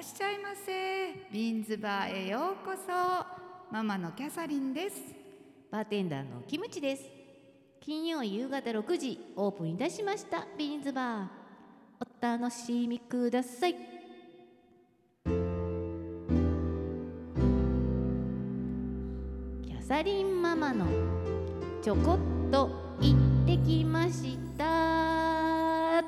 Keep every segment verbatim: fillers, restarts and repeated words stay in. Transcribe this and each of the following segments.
しゃいませ。ビーンズバーへようこそ。ママのキャサリンです。 バーテンダーのキムチです。金曜夕方ろくじオープンいたしましたビーンズバー、お楽しみください。キャサリンママのちょこっと行ってきました。 はい、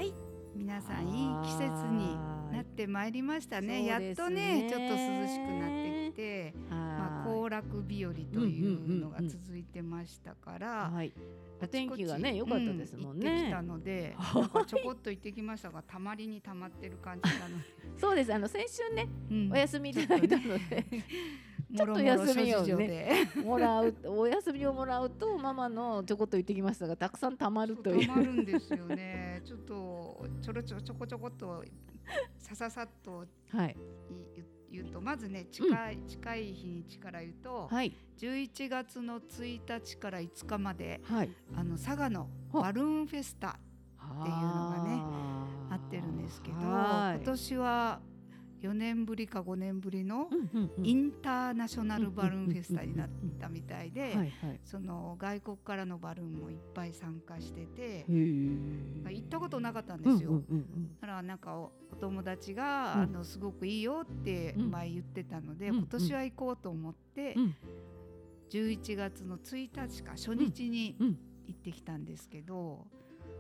皆さんいい季節になってまいりましたね。やっとねちょっと涼しくなってきて、まあ、行楽日和というのが続いてましたから、 はい、お天気がね良かったですもんね、 うん、行ってきたので、なんかちょこっと行ってきましたがたまりにたまってる感じなのでそうです、あの先週ね、うん、お休みいただいたのでちょっと休みをねもらうお休みをもらうとママのちょこっと行ってきましたがたくさんたまるという。 たまるんですよねちょっとちょろちょちょこちょこっとさささっと、はい、言うとまずね近い、うん、近い日にちから言うと、はい、じゅういちがつのついたちからいつかまで、はい、あの佐賀のバルーンフェスタっていうのがねあってるんですけど、今年はよねんぶりかごねんぶりのインターナショナルバルーンフェスタになったみたいで、その外国からのバルーンもいっぱい参加してて、行ったことなかったんですよ。だからなんか お, お友達が、うん、あのすごくいいよって前言ってたので、うん、今年は行こうと思って、うん、じゅういちがつのついたちか初日に行ってきたんですけど、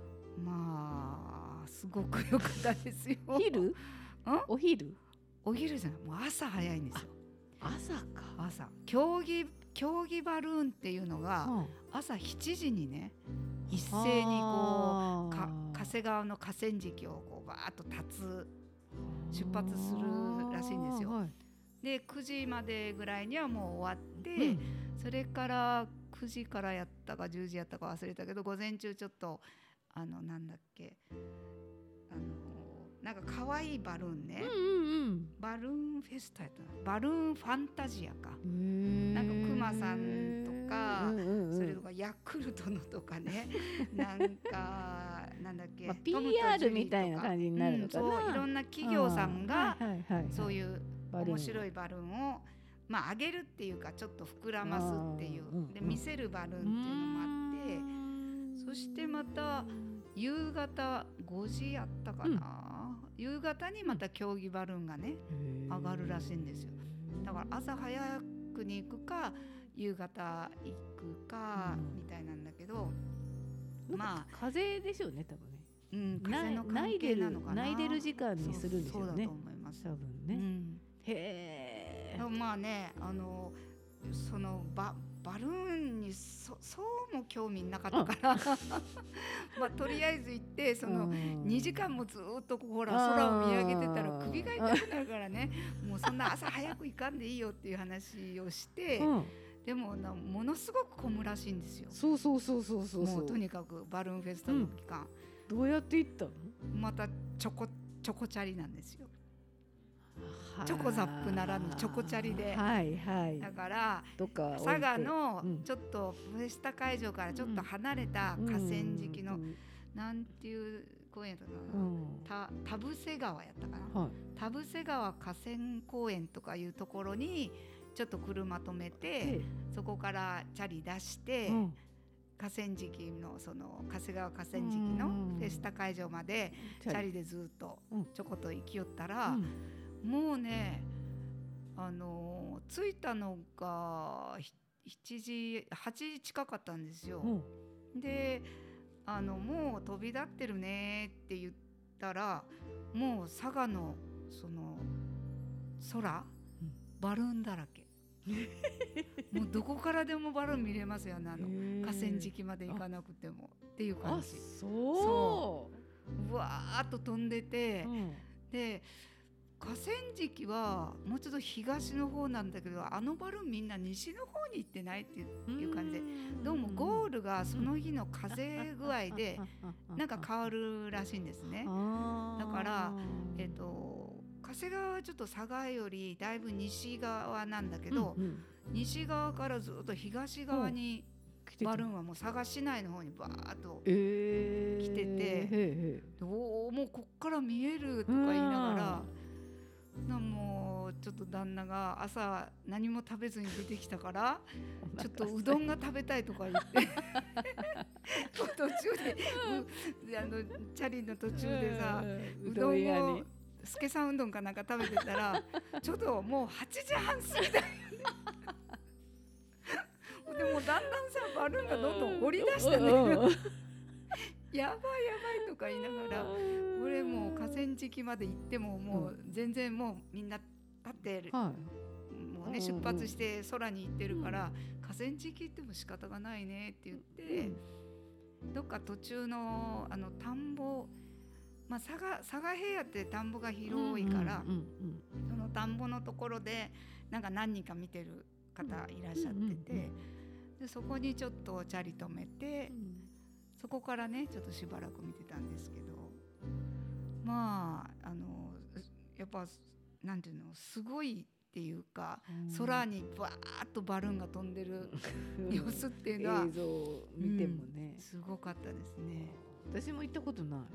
まあすごく良かったですよ。 昼？お昼？ お昼じゃない、もう朝早いんですよ。 朝か。 朝競技競技バルーンっていうのが朝しちじにね一斉にこうか加瀬川の河川敷をこうバーッと立つ出発するらしいんですよ。でくじまでぐらいにはもう終わって、うん、それからくじからやったかじゅうじやったか忘れたけど午前中ちょっとあのなんだっけあのなんか可愛いバルーンね、うんうんうん、バルーンフェスタやったバルーンファンタジアか、なんかクマさんとか、うんうんうん、それとかヤクルトのとかねなんかなんだっけ、まあ、 ピーアール みたいな感じになるのかな、 うん、そういろんな企業さんがそういう面白いバルーンをまあ上げるっていうかちょっと膨らますっていうで見せるバルーンっていうのもあって、そしてまた夕方ごじやったかな、うん夕方にまた競技バルーンがね上がるらしいんですよ。だから朝早くに行くか夕方行くかみたいなんだけど、 うん、まあ風でしょうね多分ね、 うん、風の関係なのかな、 泣いてる時間にするんでしょうね。 そうだと思います多分ね、うん、 へー、まあねあのそのババルーンに そ, そうも興味なかったからまあとりあえず行ってそのにじかんもずっとほら空を見上げてたら首が痛くなるからねもうそんな朝早く行かんでいいよっていう話をして、うん、でもなものすごく混むらしいんですよ。 そうそうそうそうそう、 もうとにかくバルーンフェスタの期間、 うん、どうやって行ったの？ またちょこちょこチャリなんですよ。チョコザップならぬチョコチャリで、はいはい、だから佐賀のちょっとフェスタ会場からちょっと離れた河川敷の、うん、なんていう公園だったかな、うん、田伏川やったかな、はい、田伏川河川公園とかいうところにちょっと車止めて、そこからチャリ出して、うん、河川敷のその加瀬川河川敷のフェスタ会場までチャリでずっとちょこっと行きよったら、うんもうね、あのー、着いたのがしちじはちじ近かったんですよ、うん、であのもう飛び立ってるねって言ったらもう佐賀のその空、うん、バルーンだらけもうどこからでもバルーン見れますよね、あの河川敷まで行かなくてもっていう感じ。 そうそううわーっと飛んでて、うん、で河川敷はもうちょっと東の方なんだけどあのバルーンみんな西の方に行ってないっていう感じで、どうもゴールがその日の風具合でなんか変わるらしいんですね。だからえっと加瀬川はちょっと佐賀よりだいぶ西側なんだけど、うんうん、西側からずっと東側にバルーンはもう佐賀市内の方にバーッと来てて、えー、どうもうこっから見えるとか言いながらちょっと旦那が朝何も食べずに出てきたからちょっとうどんが食べたいとか言って途中であのチャリの途中でさ、うどんをすけさんうどんかなんか食べてたらちょっともうはちじはん過ぎたでもだんだんさバルーンがどんどん掘り出したねやばいやばいとか言いながら、これもう河川敷まで行ってももう全然もうみんな立ってる、はい、もうね出発して空に行ってるから、うん、河川敷行っても仕方がないねって言って、うん、どっか途中のあの田んぼ、まあ、佐賀、佐賀平野って田んぼが広いから、うんうんうんうん、その田んぼのところでなんか何人か見てる方いらっしゃってて、うんうんうん、でそこにちょっとチャリ止めて、うん、そこからねちょっとしばらく見てたんですけど、まああのやっぱなんていうのすごいっていうか、うん、空にバーッとバルーンが飛んでる様子っていうのは映像を見てもね、 うん、すごかったですね。 私も行ったことない、うん、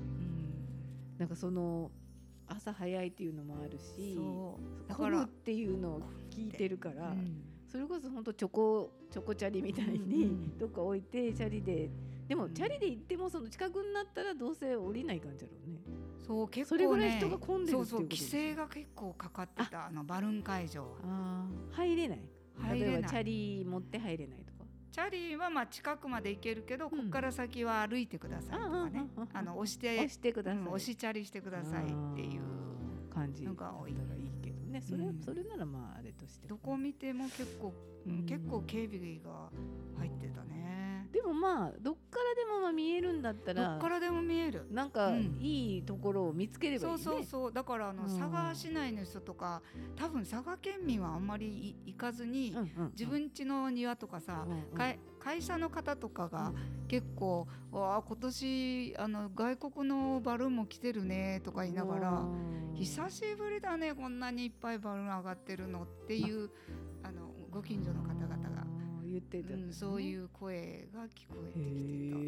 なんかその朝早いっていうのもあるし、そう混むっていうのを聞いてるから、うん、それこそ本当チョコチョコチャリみたいにどっか置いてチャリで、でもチャリで行ってもその近くになったらどうせ降りない感じだろうね。 そう結構ね、 それぐらい人が混んでるっていうことです。 そうそう規制が結構かかってた、あのバルーン会場は。 あ入れない。入れない。例えばチャリ持って入れないとか。 チャリはまあ近くまで行けるけど、うん、ここから先は歩いてくださいとかね、あの押して押してください、うん、 押しチャリしてくださいっていう感じだったらいいけどね。それ、うん、それならまああれとして、 どこ見ても結構、うん、結構警備が入ってたね。 でもまあどっからでもまあ見えるんだったらどっからでも見える、 なんかいいところを見つければいいね。 そうそうそう、だからあの、うん、佐賀市内の人とか多分佐賀県民はあんまり行かずに、うんうんうん、自分家の庭とかさ、うんうん、会, 会社の方とかが結構、うん、わ今年あの外国のバルーンも来てるねとか言いながら、うん、久しぶりだねこんなにいっぱいバルーン上がってるのっていう、ま、あのご近所の方々が言ってた、ね、 うん、そういう声が聞こえてきてた。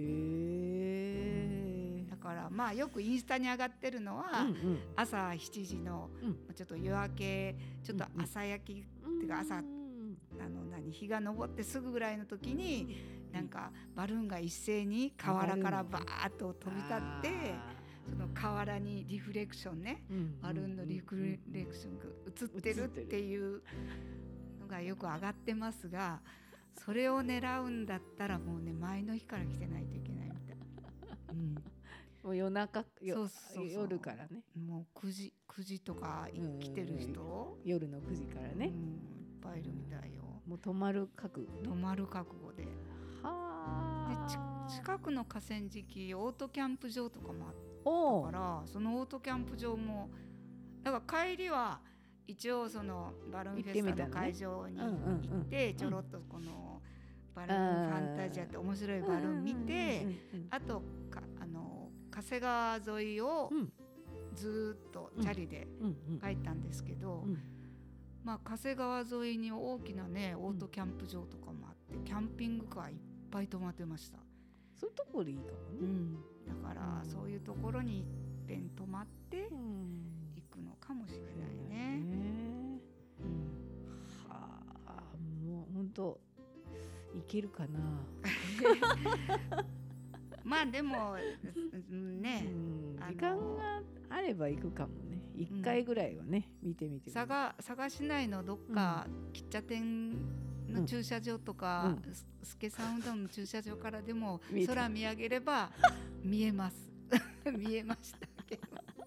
へ、 だからまあよくインスタに上がってるのは、うんうん、朝しちじの、うん、ちょっと夜明けちょっと朝焼き、うん、っていうか朝、うん、あの何日が昇ってすぐぐらいの時に、うん、なんかバルーンが一斉に河原からバーッと飛び立って、その河原にリフレクションね、うん、バルーンのリフレクションが映ってるっていうのがよく上がってますが、それを狙うんだったらもうね前の日から来てないといけないみたい、うん、 もう夜中よそうそうそう、夜からね、 もうくじ、くじとか来てる人、 夜のくじからね、うん、いっぱいいるみたいよ。 もう泊まる覚悟、 ね、泊まる覚悟で、はで近くの河川敷オートキャンプ場とかもあったから、そのオートキャンプ場もだから帰りは一応そのバルーンフェスタの会場に行ってちょろっとこのバルーンファンタジアって面白いバルーン見て、あとかあの加瀬川沿いをずっとチャリで帰ったんですけど、まあ加瀬川沿いに大きなねオートキャンプ場とかもあってキャンピングカーいっぱい止まってました。 そういうところでいいかもね、 うん、だからそういうところにいっぺん泊まって行くのかもしれないね、 うん、はあ、もう本当いけるかなまあでもね、 うん、時間があれば行くかもね。いっかいぐらいはね、うん、見てみて佐賀、佐賀市内のどっか、うん、喫茶店の駐車場とか、うん、スケさんうどんの駐車場からでも空見上げれば見えます見えましたけど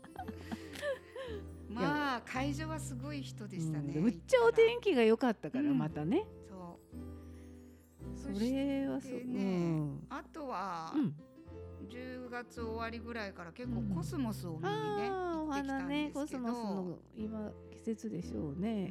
まあ会場はすごい人でしたね、 うん、むっちゃお天気が良かったからまたね、 うん、そうそれはそう、 ね、うん、あとは、うん、じゅうがつ終わりぐらいから結構コスモスを見にね、うん、行ってきたんですけど、 コスモスの今季節でしょうね。 うん、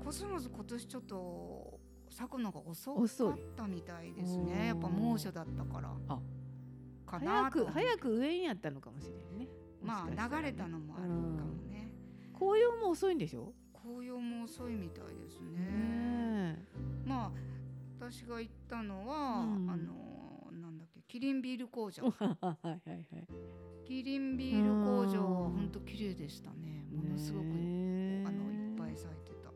コスモス今年ちょっと咲くのが遅かったみたいですね。やっぱ猛暑だったからかなと。 早く早く上にやったのかもしれないね。 まあ流れたのもあるかもね。 紅葉も遅いんでしょ？ 紅葉も遅いみたいですね。まあ私が行ったのは、うん、あのなんだっけキリンビール工場。 はいはいはい。 キリンビール工場は本当綺麗でしたね。ものすごくあのいっぱい咲いてた。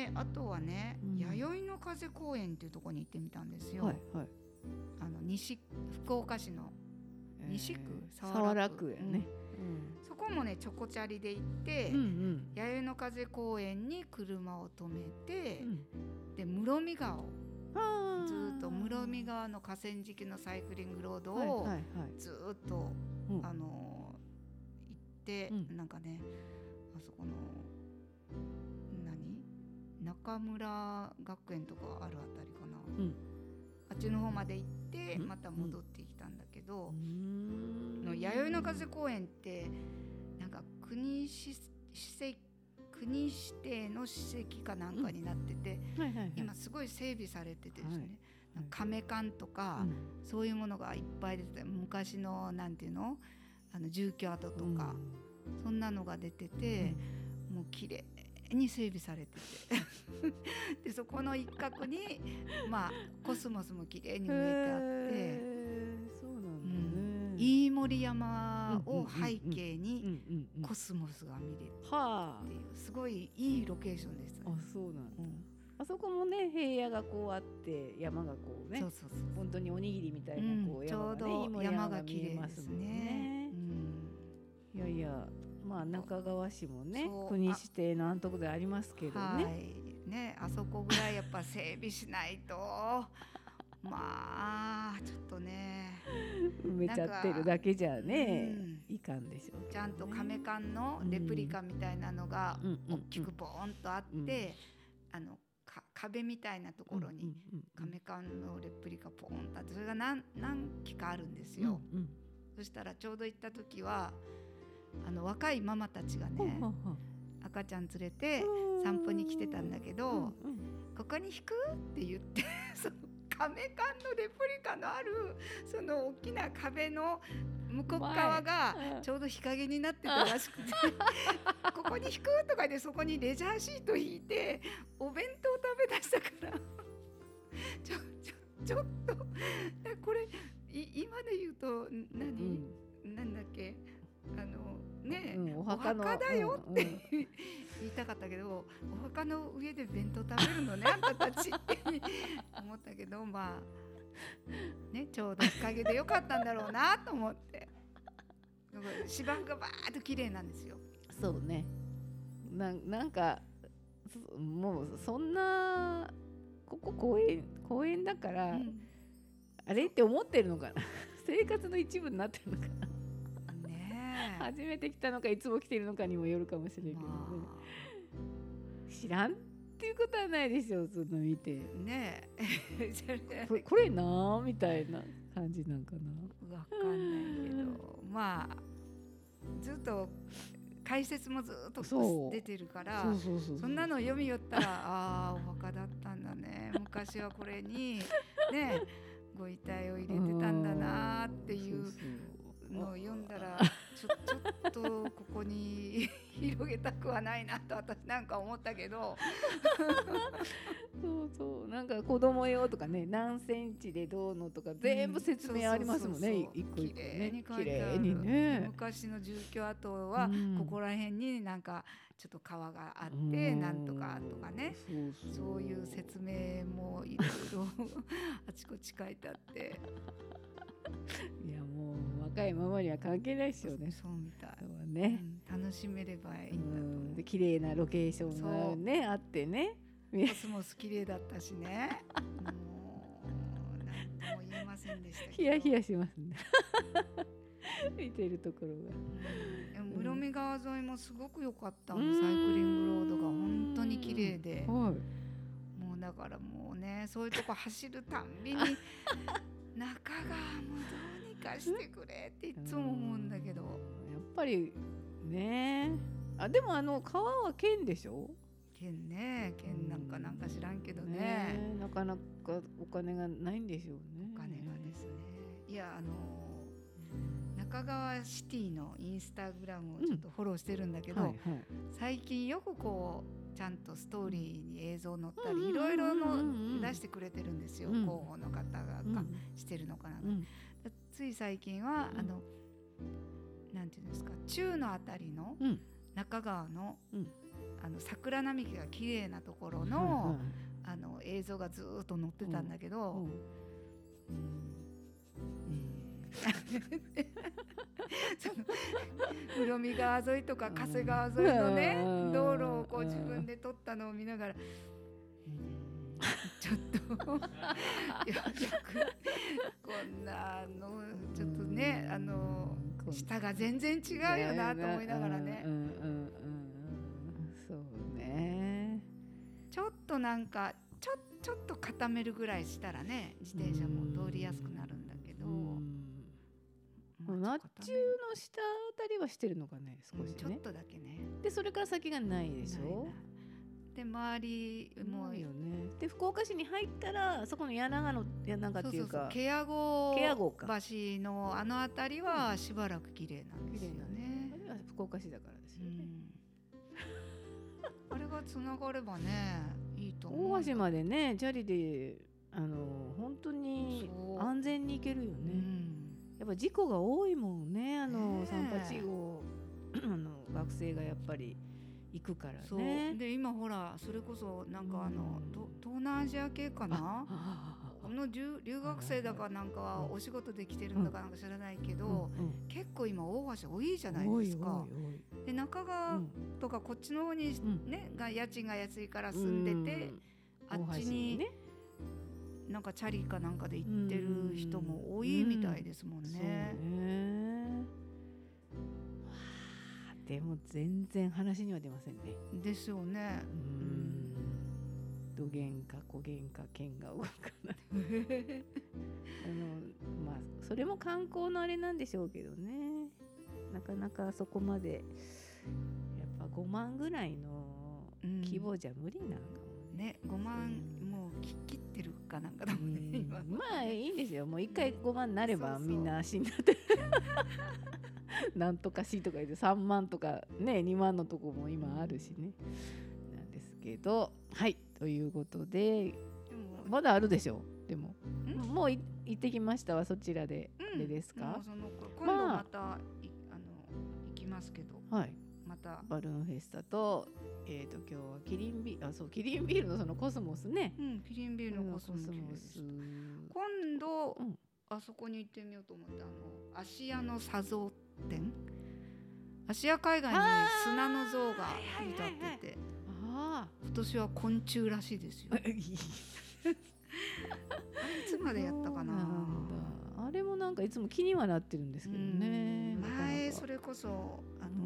であとはね、うん、弥生の風公園っていうところに行ってみたんですよ、はいはい、あの西福岡市の西区、 えー、早良区やね、うんうん、 そこもねチョコチャリで行って、うんうん、弥生の風公園に車を止めて、うん、で室見川をずっと室見川の河川敷のサイクリングロードをずっと、はいはいはい、あの行って、うん、なんかねあそこの何中村学園とかあるあたりかな、うん、あっちの方まで行ってまた戻ってきたんだけど、うん、の弥生の風公園ってなんか国史跡国指定の史跡かなんかになってて、うんはいはいはい、今すごい整備されててですね、はいはい、亀館とか、うん、そういうものがいっぱい出てて昔のなんていうのあの住居跡とか、うん、そんなのが出てて、うん、もう綺麗に整備されててでそこの一角にまあコスモスも綺麗に植えてあってそうなんだね、うん、飯盛山を背景にコスモスが見れるっていうすごいいいロケーションですね。 あ、そうなんだ、うん、あそこもね平野がこうあって山がこうねそうそうそう本当におにぎりみたいなこう山がね、うん、ちょうど山が綺麗ですね、うん、いやいやまあ中川市もね国指定のあんとこでありますけどね、 はいね、あそこぐらいやっぱ整備しないとまあちょっとね埋めちゃってるだけじゃね、うん、いかんでしょう、ね、 ちゃんと亀館のレプリカみたいなのが大きくボーンとあって、うんうんうん、あの壁みたいなところに亀館のレプリカポーンとあってそれが 何, 何機かあるんですよ、うんうん、そしたらちょうど行った時はあの若いママたちがね赤ちゃん連れて散歩に来てたんだけど、うんうん、ここに引くって言ってその亀館のレプリカのあるその大きな壁の向こう側がちょうど日陰になってたらしくてここに引くとかでそこにレジャーシート引いてお弁当食べ出したからちょちょちょっとこれ今で言うと何、うん、なんだっけあのね、うん、お, 墓のお墓だよって、うんうん、言いたかったけどお墓の上で弁当食べるのねあんたたちって思ったけどまあねちょうど日陰でよかったんだろうなと思って芝生がバーッと綺麗なんですよ。 そうね な, なんかもうそんなここ公園公園だから、うん、あれって思ってるのかな生活の一部になってるのかな初めて来たのかいつも来てるのかにもよるかもしれないけどね、まあ、知らんっていうことはないでしょその見てねえこ, これなーみたいな感じなんかなわかんないけどまあずっと解説もずっと出てるからそんなの読みよったらああお墓だったんだね昔はこれにねご遺体を入れてたんだなっていうのを読んだらちょ, ちょっとここに広げたくはないなと私なんか思ったけどそうそうなんか子供用とかね何センチでどうのとか全部説明ありますもんね一個一個ねに書いてある、ね、昔の住居跡はここら辺になんかちょっと川があってなんとかとかね そうそう、そういう説明もいろいろあちこち書いてあっていやもう若いママには関係ないですよね。 そうみたい、 ねうん、楽しめればいいんだと思う。 で綺麗なロケーションがねあってねコスモス綺麗だったしねもう何とも言えませんでしたけどヒヤヒヤしますね見てるところが、 うん、でも室見川沿いもすごく良かったの、うん、サイクリングロードが本当に綺麗で、はい、もうだからもうねそういうとこ走るたんびに中川もどうにかしてくれっていつも思うんだけど、やっぱりねあでもあの川は県でしょ県ね県なんかなんか知らんけど ね, ねなかなかお金がないんでしょうねお金がですねいやあの中川シティのインスタグラムをちょっとフォローしてるんだけど、うんはいはい、最近よくこうちゃんとストーリーに映像載ったりいろいろの出してくれてるんですよ、うん、候補の方が、うん、してるのかな、うん、つい最近は、うん、あのなんていうんですか中のあたりの中川の、うん、 あの桜並木が綺麗なところの、うん、あの映像がずっと載ってたんだけど、うんうんその室見川沿いとか加瀬川沿いのね、うん、道路をこう自分で撮ったのを見ながら、うん、ちょっとよくこんなのちょっとね、あの下が全然違うよなと思いながらね、うんうんうん、 そうね、 ちょっとなんかちょ、ちょっと固めるぐらいしたらね、自転車も通りやすくなるんだけど、 マッチュの下あたりはしてるのかね、少しね、 うん、ちょっとだけね。 でそれから先がないでしょ。 で周りもうよね。で福岡市に入ったらそこの柳川の柳川っていうか芥屋号橋のあのあたりはしばらく綺麗なんですよね。 あれは福岡市だからですよね、 うん、あれがつながればねいいと思う。 大橋までねチャリであの本当に安全に行けるよね、うん、やっぱ事故が多いもんね、あのさんはちごあの学生がやっぱり行くからね。 そうで今ほらそれこそなんかあの、うん、東南アジア系かな、この留学生だかなんかはお仕事で来てるんだかなんか知らないけど、うんうん、結構今大橋多いじゃないですか。おいおいおいで中川とかこっちの方に、ねうん、が家賃が安いから住んでて、うん、あっちに、ね、なんかチャリかなんかで行ってる人も多いみたいですもんね。うんうん、そうね。 でも全然話には出ませんね。 ですよね。 うん。どげんかこげんか剣が動かない。あのまあそれも観光のあれなんでしょうけどね。なかなかそこまでやっぱごまんぐらいの規模じゃ無理なんかもね。ねごまんもう切ってるかなんかだもんね。今まあいいんですよ。もう一回ごまんになればみんな足になってる。なんとかしとか言ってさんまんとかねにまんのとこも今あるしね、なんですけど、はいということでまだあるでしょ。でももう行ってきましたわそちらで、うん、でですか。 その今度また、まあ、あの行きますけど、 はい、 またバルーンフェスタとえーと今日はキリンビあそうキリンビールのそのコスモスね、 うん、キリンビールのコスモス、今度、うん、あそこに行ってみようと思って、あの芦屋の砂像展、芦屋海岸に砂の像が見立ってて、今年は昆虫らしいですよ。あれいつまでやったかな。 あれもなんかいつも気にはなってるんですけどね。 前それこそあの、うん、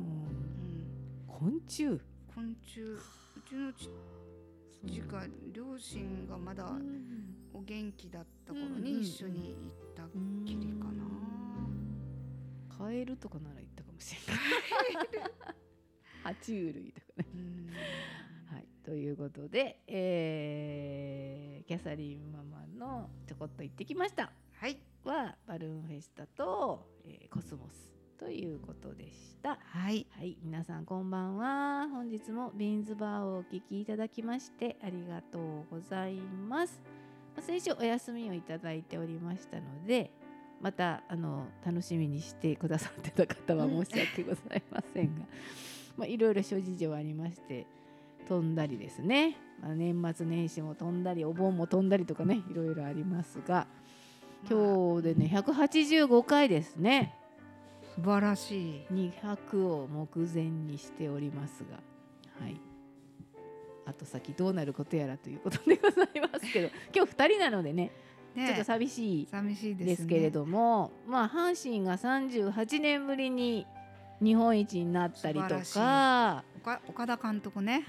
昆虫昆虫うちのちちか両親がまだお元気だった頃に一緒に行ったきりかな。 カエルとかなら行ったかもしれない爬虫類とかねはい、ということで、えー、キャサリンママのちょこっと行ってきました、 はい、 はバルーンフェスタと、えー、コスモスということでした。 はい、 はい、皆さんこんばんは。本日もビーンズバーをお聞きいただきましてありがとうございます。先週お休みをいただいておりましたので、またあの楽しみにしてくださってた方は申し訳ございませんがまあいろいろ諸事情ありまして飛んだりですね、まあ、年末年始も飛んだりお盆も飛んだりとかねいろいろありますが、今日でねひゃくはちじゅうごかいですね。 素晴らしい。 にひゃくを目前にしておりますが、はい、あと先どうなることやらということでございますけど今日ふたりなのでねちょっと寂しいですけれども、ね、まあ阪神がさんじゅうはちねんぶりに日本一になったりとか、 岡田監督ね、 うん、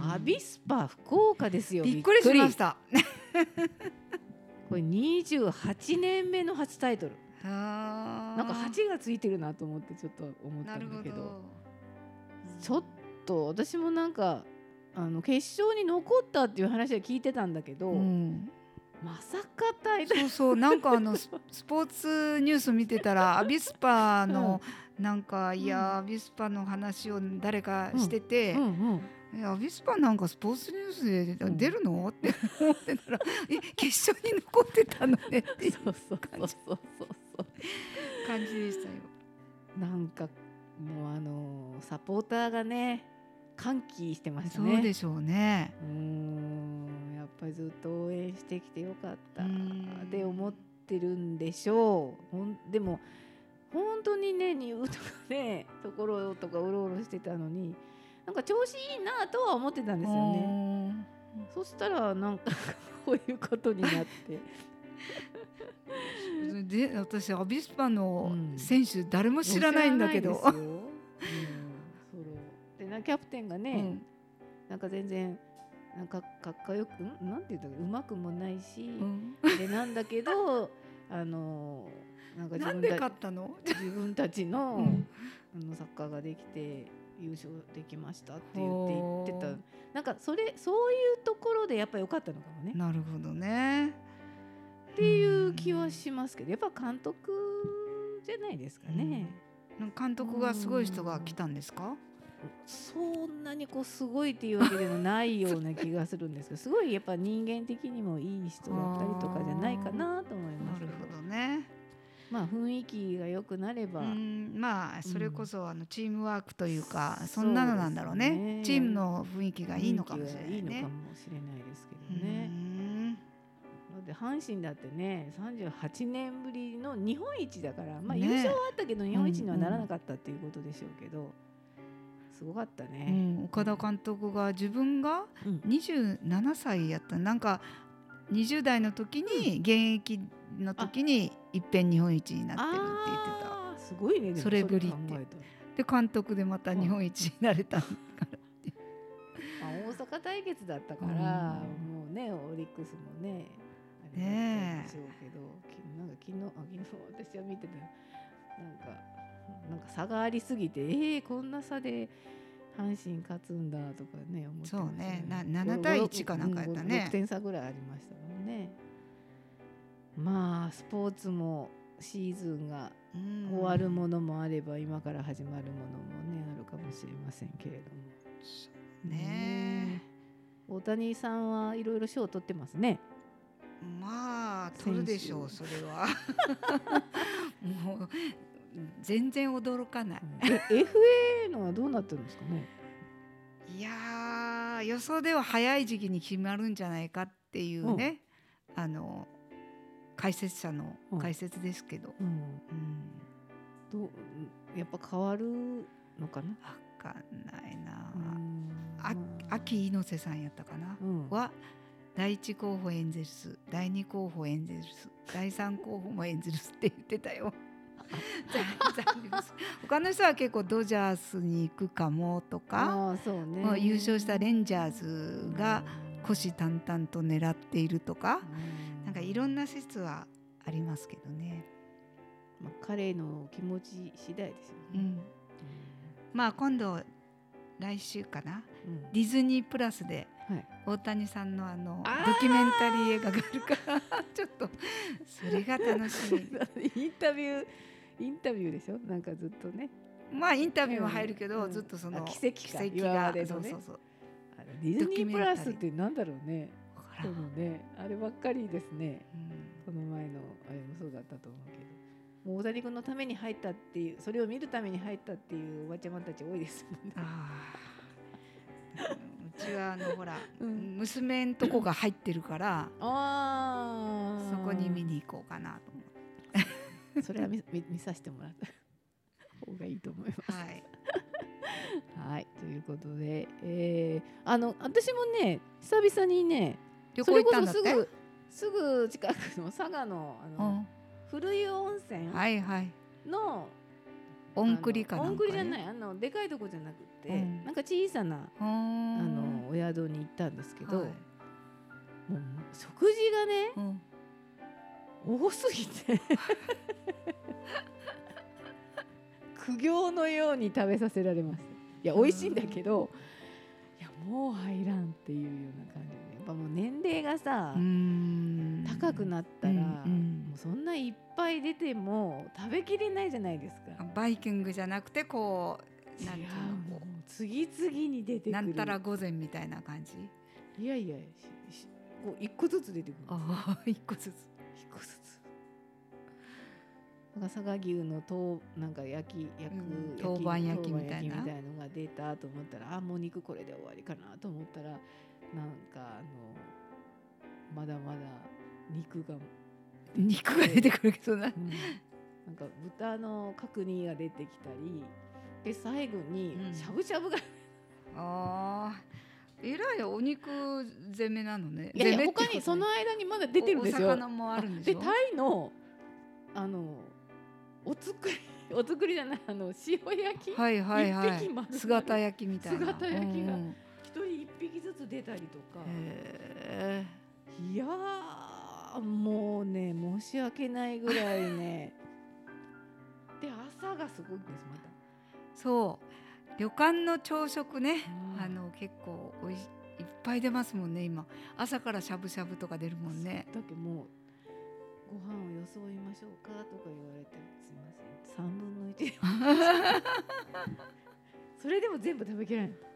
アビスパ福岡ですよ。 びっくりしましたこれにじゅうはちねんめの初タイトル。なんかはちがついてるなと思ってちょっと思ったんだけど、どちょっと私もなんかあの決勝に残ったっていう話は聞いてたんだけど、うん、まさかタイトルそうそうなんかあのスポーツニュース見てたらアビスパのなんか、うん、いやアビスパの話を誰かしてて、うんうんうん、アビスパなんかスポーツニュースで出るの、うん、って思ってたらえ決勝に残ってたのねっていうそうそうそうそうそう感じでしたよ。 なんかもうあのサポーターがね歓喜してましたね。 そうでしょうね。 うーん、やっぱりずっと応援してきてよかったって思ってるんでしょう。ほんでも本当にね、ニューとかねところとかうろうろしてたのに、なんか調子いいなとは思ってたんですよね。そしたらなんかこういうことになってで、私アビスパの選手、うん、誰も知らないんだけど、うん、 でなキャプテンがね、うん、なんか全然なんかかっこよくなんていうんだろう、うまくもないし、うん、でなんだけどあのなんか自分なんで勝ったの自分たちの、うん、あのサッカーができて優勝できましたって言って言ってた。なんかそれそういうところでやっぱり良かったのかもね。 なるほどねっていう気はしますけど、やっぱ監督じゃないですかね。 うん、監督がすごい人が来たんですか？ そんなにこうすごいっていうわけでもないような気がするんですけど、すごいやっぱ人間的にもいい人だったりとかじゃないかなと思います。 なるほどね。 まあ雰囲気が良くなれば、うん、 まあそれこそあのチームワークというか、うん、そんなのなんだろうね。ね、チームの雰囲気がいいのかもしれないね。いいのかもしれないですけどね。で阪神だってねさんじゅうはちねんぶりの日本一だから、まあ、優勝はあったけど日本一にはならなかったっていうことでしょうけど、うんうん、すごかったね、 うん、岡田監督が自分がにじゅうななさいやった、なんかにじゅう代の時に現役の時にいっぺん日本一になってるって言ってた。 あすごいね。 それぶりってで監督でまた日本一になれたからってあ大阪対決だったから、うん、もうねオリックスもねあれだったでしょうけど、なんか昨日あ昨日私は見ててなんかなんか差がありすぎて、えー、こんな差で阪神勝つんだとかね思ってましたね。 そうね、ななな対いちかなんかやったね。 ろくてん差ぐらいありましたもんね。まあスポーツもシーズンが終わるものもあれば今から始まるものもねあるかもしれませんけれども。 そうね。 大谷さんはいろいろ賞を取ってますね。 まあ取るでしょうそれは。もう全然驚かない。 エフエー のはどうなってるんですかね。 いや予想では早い時期に決まるんじゃないかっていうね、うん、あの解説者の解説ですけど、うんうん、どうやっぱ変わるのかな。 分かんないな、うん、あ秋猪瀬さんやったかな、うん、はだいいち候補エンゼルス、だいに候補エンゼルス、だいさん候補もエンゼルスって言ってたよ。他の人は結構ドジャースに行くかもとか、 あそうね、 優勝したレンジャーズが虎視眈々と狙っているとか、うん、なんかいろんな説はありますけどね、 まあ、彼の気持ち次第ですよね、うんうん、 まあ今度来週かな、うん、ディズニープラスで大谷さんのあのドキュメンタリー映画があるからちょっとそれが楽しみ。 インタビューインタビューでしょ、なんかずっとね、 まあインタビューも入るけど、うん、ずっとその奇跡か奇跡が、ね、そうそうそう、あのディズニープラスってなんだろうね、そのねあればっかりですね、うん、この前のあれもそうだったと思うけど、もう大谷君のために入ったっていう、それを見るために入ったっていうおばちゃまたち多いですもんね。あうちはあのほら、うん、娘んとこが入ってるからあそこに見に行こうかなと思ってそれは 見, 見, 見させてもらった方がいいと思います。はい、はい、ということで、えー、あの私もね久々にね旅行行ったんだって、 それこそすぐすぐ近くの佐賀のあの、うん、古湯温泉の、はいはい、 オンクリかなんか、ね、 オンクリじゃない、あのでかいとこじゃなくて、うん、なんか小さなあのお宿に行ったんですけど、はい、もう食事がね、うん、多すぎて苦行のように食べさせられました。いや美味しいんだけど、いやもう入らんっていうような感じで、やっぱもう年齢がさ高くなったら、うんうん、もうそんないっぱい出ても食べきれないじゃないですか。 バイキングじゃなくてこうなんていうの、 次々に出てくるなんたら御膳みたいな感じ。 いやいやこう一個ずつ出てくる。 ああ一個ずつ一個ずつ。 なんか佐賀牛のとなんか焼き焼く、 うん、当番焼きみたいなみたいのが出たと思ったら、あもう肉これで終わりかなと思ったら、なんかあのまだまだ肉が肉が出てくるけどな、うん、 なんか豚の角煮が出てきたりで、最後にしゃぶしゃぶが、うん、 ああえらいお肉攻めなのね。 いやいや他にその間にまだ出てるんですよ。 お魚もあるんでしょ。 でタイのあのお作りお作りじゃないあの塩焼き、 はいはいはい、姿焼きみたいな姿焼きが一人一匹ずつ出たりとか、へー、いやーもうね申し訳ないぐらいねで朝がすごいんです。またそう旅館の朝食ね、うん、あの結構おいしいっぱい出ますもんね。今朝からしゃぶしゃぶとか出るもんね。 だけどもうご飯をよそいましょうかとか言われて、すいませんさんぶんのいちそれでも全部食べきれない、うん、や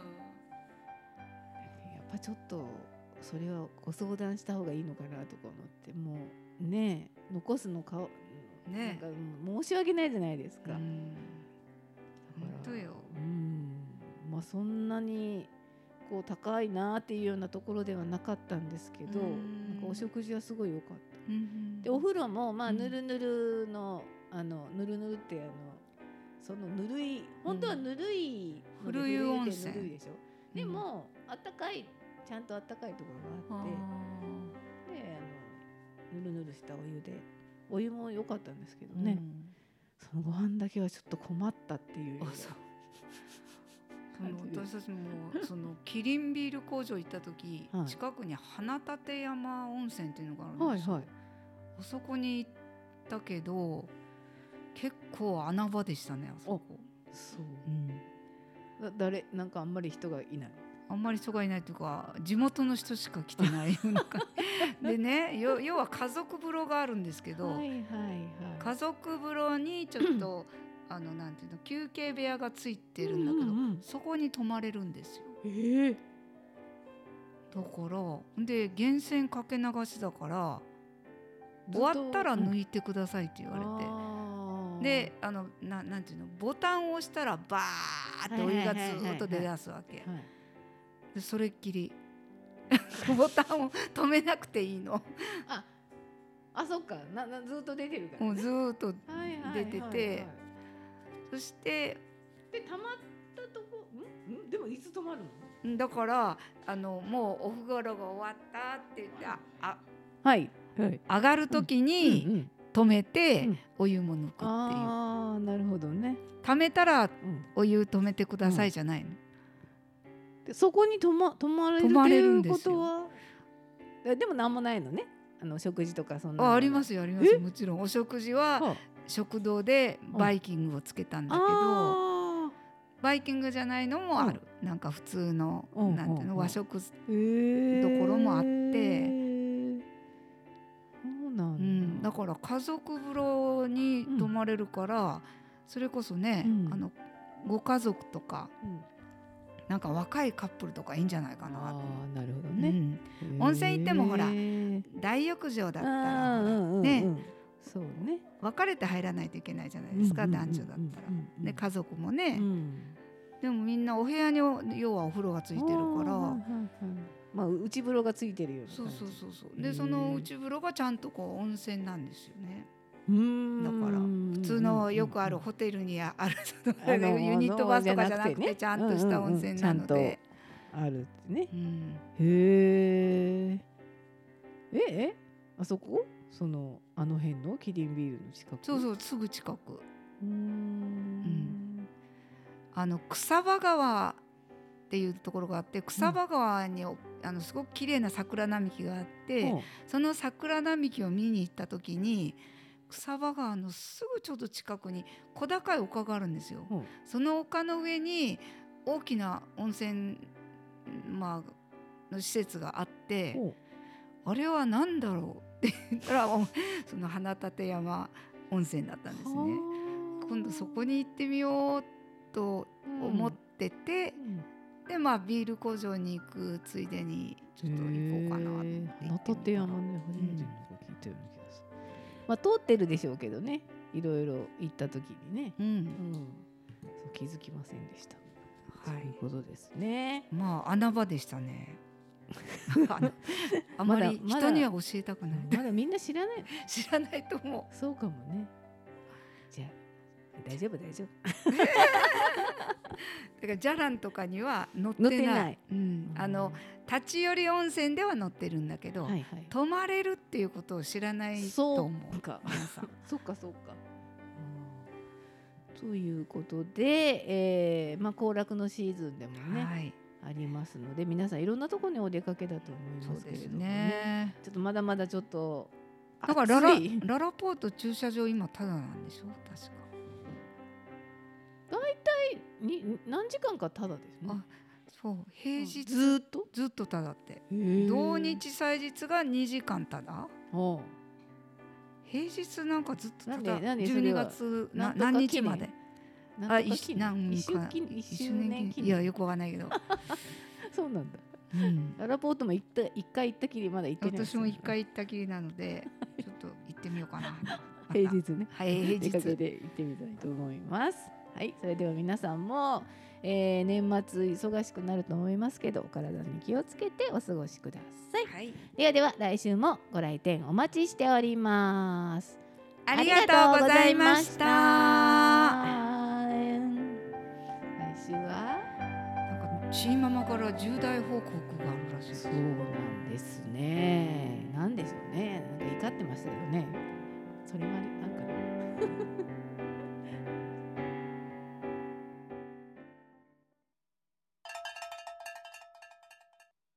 っぱちょっとそれはご相談した方がいいのかなとか思って、もうね残すのか、ね、なんか申し訳ないじゃないですか。うん、 本当よ。 うん、まあそんなにこう高いなっていうようなところではなかったんですけど、なんかお食事はすごい良かった。うん、でお風呂もまあぬるぬるの、うん、あのぬるぬるってあのそのぬるい本当はぬるいので、うん、古湯温泉ぬるいでしょ。でも、うん、あったかいちゃんとあったかいところがあって、であのぬるぬるしたお湯でお湯も良かったんですけどね、うん、そのご飯だけはちょっと困ったっていう。 その私たちもそのキリンビール工場行った時、はい、近くに花立山温泉っていうのがあるんですよ、はいはい、あそこに行ったけど結構穴場でしたね。あそこそう、うん、だ誰なんかあんまり人がいない、 あんまり人がいないというか地元の人しか来てないようなでね、要は家族風呂があるんですけど、はいはいはい、家族風呂にちょっとあのなんていうの休憩部屋がついてるんだけど、うんうん、そこに泊まれるんですよ。えー、だからで源泉かけ流しだから終わったら抜いてくださいって言われて、うん、であの な, なんていうのボタンを押したらバーってお湯がずっと出だすわけ、はいはいはいはい、でそれっきりボタンを止めなくていいのああそっかななずっと出てるから、ね、 もうずっと出てて、はいはいはいはい、そしてで溜まったとこんんでもいつ止まるの？だからあのもうお風呂が終わったって言ってああ、 はいはい、 上がる時に止めてお湯も抜くっていう、うんうん、 ああなるほどね。 溜めたらお湯止めてくださいじゃないの、 うん、でそこに止ま、止まれるっていうことはでもなんもないのね。あの食事とかそんなあ, ありますよありますよ。もちろんお食事は食堂でバイキングをつけたんだけど、バイキングじゃないのもある、うん、なんか普通の、うん、なんていうの和食どころもあって、そうなんだ、うん、だから家族風呂に泊まれるから、うん、それこそね、うん、あのご家族とか、うん、なんか若いカップルとかいいんじゃないかなと。あなるほどね、 うん、温泉行ってもほら大浴場だったらほら、うんうん、ね、 そうね別れて入らないといけないじゃないですか、うんうんうんうん、男女だったら、うんうん、で家族もね、うん、でもみんなお部屋に要はお風呂がついてるから、 まあ、内風呂がついてるような感じ。 そうそうそうそう。でその内風呂がちゃんとこう温泉なんですよね。うーんだから普通のよくあるホテルにあるあのユニットバスとかじゃなくてちゃんとした温泉なので、うんうんうん、ちゃんとあるってね、うん、へええあそこそのあの辺のキリンビールの近く。 そうそうすぐ近く。うーん、うん、あの草場川っていうところがあって草場川に、うん、あのすごく綺麗な桜並木があって、うん、その桜並木を見に行った時に草場川のすぐちょっと近くに小高い丘があるんですよ、うん、その丘の上に大きな温泉、まあ、の施設があって、うん、あれは何だろうって言ったらその花立山温泉だったんですね。今度そこに行ってみようと思ってて、うんうんでまあ、ビール工場に行くついでにちょっと行こうかなと思って花立山ね初めて聞いたような気がする、まあ、通ってるでしょうけどねいろいろ行った時にね、 うんうん、 そう気づきませんでした。 はい、 そういうことですね。 まあ穴場でしたね。あまり人には教えたくない。 まだみんな知らない。 知らないと思う。そうかもね。じゃあ大丈夫大丈夫。 だからじゃらんとかには載ってない。 載ってない。 うん、あの立ち寄り温泉では載ってるんだけど、はいはい、泊まれるっていうことを知らないと思う。 そうか。皆さん。そうかそうか。ということで、えー、まあ行楽のシーズンでもね。はい、ありますので、皆さんいろんなところにお出かけだと思いますけれども ね, ねちょっとまだまだちょっとだからララララポート駐車場今タダなんでしょ確か。 だいたいに何時間かタダですね。 あ、そう平日、うん、 ずっとずっとタダって。同日祭日がにじかんタダ。平日なんかずっとタダ。じゅうにがつな何日まで。あ、一何一周記念一周年記念いやよくわかんないけどそうなんだ、うん、ララポートも行った一回行ったきりまだ行ってない、ね、 私も一回行ったきりなのでちょっと行ってみようかな平日ね、 はい、平日出かけて行ってみたいと思います。はい、それでは皆さんも、えー、年末忙しくなると思いますけどお体に気をつけてお過ごしください、はい、ではでは来週もご来店お待ちしております。 ありがとうございました。 来週はなんかチーママから重大報告があるらしいです。 そうなんですね。なんでしょうね。なんか怒ってましたよね。それもあるかな。